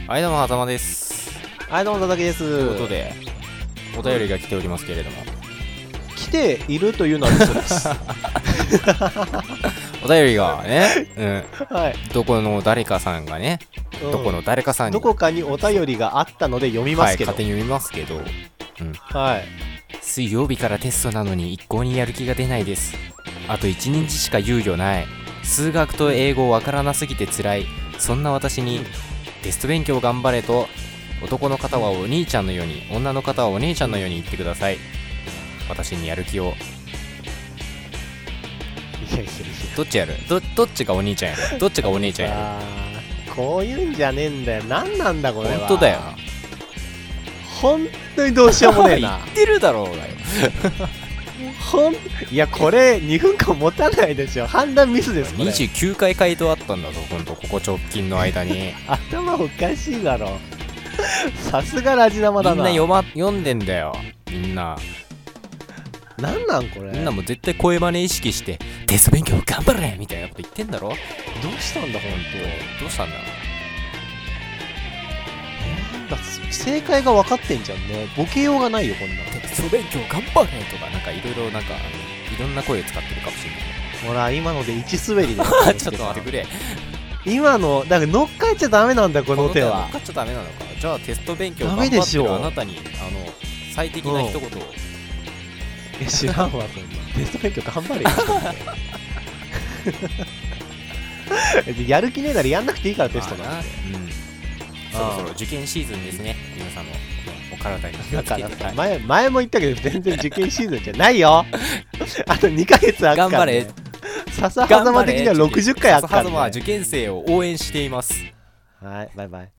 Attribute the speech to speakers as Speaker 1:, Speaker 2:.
Speaker 1: はい、どうも、はざまです。
Speaker 2: はい、どうも佐々木です。と
Speaker 1: いうことで、お便りが来ておりますけれども、
Speaker 2: 来ているというのは嘘です。
Speaker 1: お便りがね、
Speaker 2: はい。
Speaker 1: どこの誰かさんがね、どこの誰かさんに
Speaker 2: どこかにお便りがあったので読みますけど、
Speaker 1: 勝手に読みますけど、
Speaker 2: はい。
Speaker 1: 水曜日からテストなのに一向にやる気が出ないです。あと1日しか猶予ない。数学と英語わからなすぎて辛い。そんな私にテスト勉強頑張れと、男の方はお兄ちゃんのように、女の方はお姉ちゃんのように言ってください。私にやる気を。
Speaker 2: いやいやいや、
Speaker 1: どっちやる？どっちがお兄ちゃんやる？どっちがお姉ちゃんやる？
Speaker 2: こういうんじゃねえんだよ。なんなんだこれは。
Speaker 1: 本当だよ。
Speaker 2: 本当にどうしようもねえな。
Speaker 1: 言ってるだろうがよ。
Speaker 2: いや、これ2分間持たないでしょ。判断ミスです。これ
Speaker 1: 29回回答あったんだぞ、ほんと、ここ直近の間に。
Speaker 2: 頭おかしいだろ。さすがラジ生だな。
Speaker 1: みんな読んでんだよ、みんな。
Speaker 2: なんなんこれ。
Speaker 1: みんなも絶対声真似意識してテスト勉強頑張れみたいなこと言ってんだろ。
Speaker 2: どうしたんだほんと。
Speaker 1: どうしたんだよ。
Speaker 2: 正解が分かってんじゃんね。ボケようがないよこんなの。
Speaker 1: テスト勉強頑張れとか、なんかいろいろなんかいろんな声使ってるかもしれない。
Speaker 2: ほら今ので1滑りだよ。
Speaker 1: ちょっと待ってくれ。
Speaker 2: 今のだから乗っかっちゃダメなんだこの手は。
Speaker 1: 乗っかっちゃダメなのか。じゃあテスト勉強頑
Speaker 2: ダメでしょ
Speaker 1: 張ってるあなたに最適な一言を。
Speaker 2: 知らんわそんな。テスト勉強頑張れよ。やる気ねえならやんなくていいからテストなんて。
Speaker 1: そろそろ受験シーズンですね。皆さんもお体に気をつけて。
Speaker 2: だから前も言ったけど全然受験シーズンじゃないよ。あと2ヶ月あるから、ね。頑張れ。笹狭間的には60回あったから、ね。
Speaker 1: 笹狭間は受験生を応援しています。
Speaker 2: はい、バイバイ。